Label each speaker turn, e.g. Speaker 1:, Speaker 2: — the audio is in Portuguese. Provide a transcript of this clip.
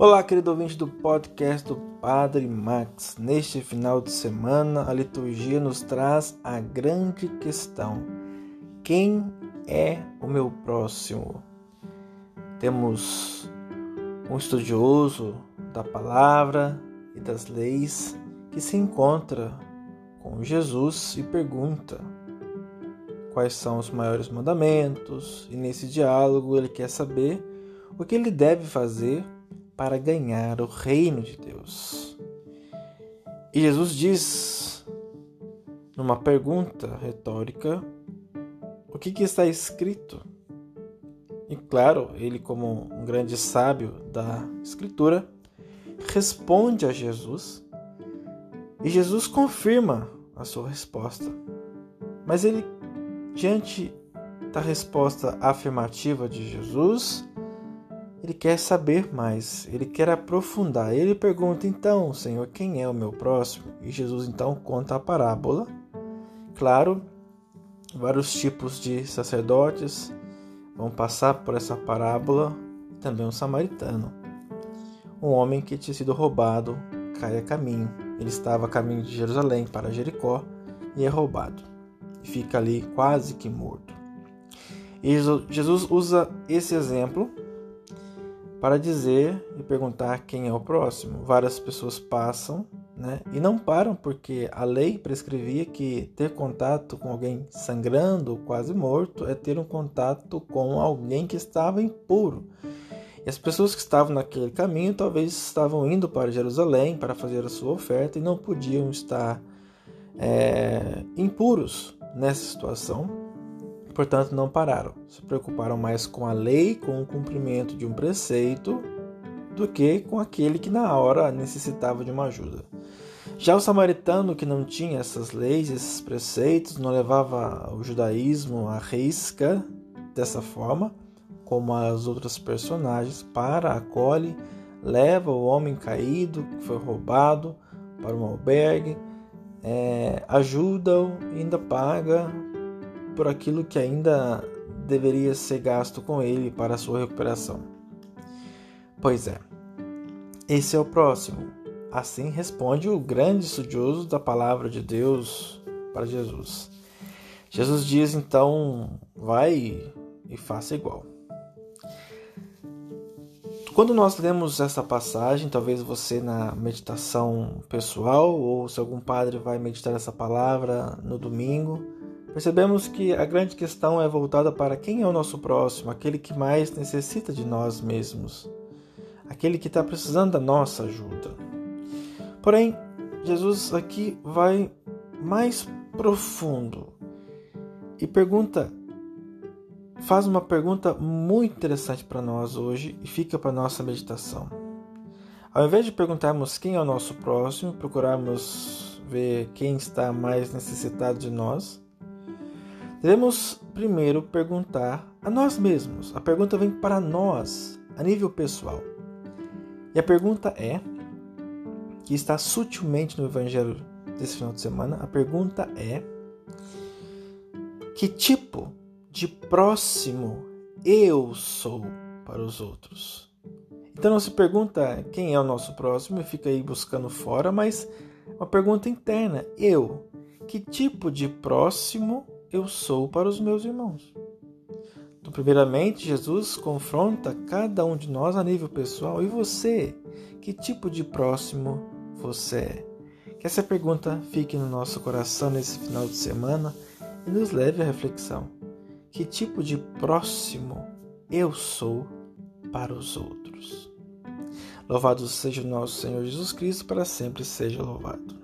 Speaker 1: Olá, querido ouvinte do podcast do Padre Max. Neste final de semana, a liturgia nos traz a grande questão: quem é o meu próximo? Temos um estudioso da palavra e das leis que se encontra com Jesus e pergunta quais são os maiores mandamentos, e nesse diálogo ele quer saber o que ele deve fazer para ganhar o reino de Deus. E Jesus diz, numa pergunta retórica, o que está escrito? E claro, ele, como um grande sábio da Escritura, responde a Jesus, e Jesus confirma a sua resposta. Mas ele, diante da resposta afirmativa de Jesus, ele quer saber mais, ele quer aprofundar. Ele pergunta, então, Senhor, quem é o meu próximo? E Jesus, então, conta a parábola. Claro, vários tipos de sacerdotes vão passar por essa parábola, também um samaritano. Um homem que tinha sido roubado cai a caminho. Ele estava a caminho de Jerusalém para Jericó e é roubado. E fica ali quase que morto. E Jesus usa esse exemplo para dizer e perguntar quem é o próximo. Várias pessoas passam, e não param, porque a lei prescrevia que ter contato com alguém sangrando, quase morto, é ter um contato com alguém que estava impuro. E as pessoas que estavam naquele caminho talvez estavam indo para Jerusalém para fazer a sua oferta e não podiam estar impuros nessa situação. Portanto, não pararam. Se preocuparam mais com a lei, com o cumprimento de um preceito, do que com aquele que na hora necessitava de uma ajuda. Já o samaritano, que não tinha essas leis, esses preceitos, não levava o judaísmo à risca dessa forma, como as outras personagens, acolhe, leva o homem caído, que foi roubado, para um albergue, ajuda-o e ainda paga por aquilo que ainda deveria ser gasto com ele para a sua recuperação. Pois é, esse é o próximo. Assim responde o grande estudioso da palavra de Deus para Jesus. Jesus diz, então, vai e faça igual. Quando nós lemos essa passagem, talvez você na meditação pessoal, ou se algum padre vai meditar essa palavra no domingo, percebemos que a grande questão é voltada para quem é o nosso próximo, aquele que mais necessita de nós mesmos, aquele que está precisando da nossa ajuda. Porém, Jesus aqui vai mais profundo e faz uma pergunta muito interessante para nós hoje e fica para a nossa meditação. Ao invés de perguntarmos quem é o nosso próximo, procurarmos ver quem está mais necessitado de nós, devemos primeiro perguntar a nós mesmos. A pergunta vem para nós, a nível pessoal. E a pergunta que está sutilmente no Evangelho desse final de semana, a pergunta é: que tipo de próximo eu sou para os outros? Então não se pergunta quem é o nosso próximo e fica aí buscando fora, mas uma pergunta interna. Que tipo de próximo eu sou para os meus irmãos? Então, primeiramente, Jesus confronta cada um de nós a nível pessoal. E você? Que tipo de próximo você é? Que essa pergunta fique no nosso coração nesse final de semana e nos leve à reflexão. Que tipo de próximo eu sou para os outros? Louvado seja o nosso Senhor Jesus Cristo, para sempre seja louvado.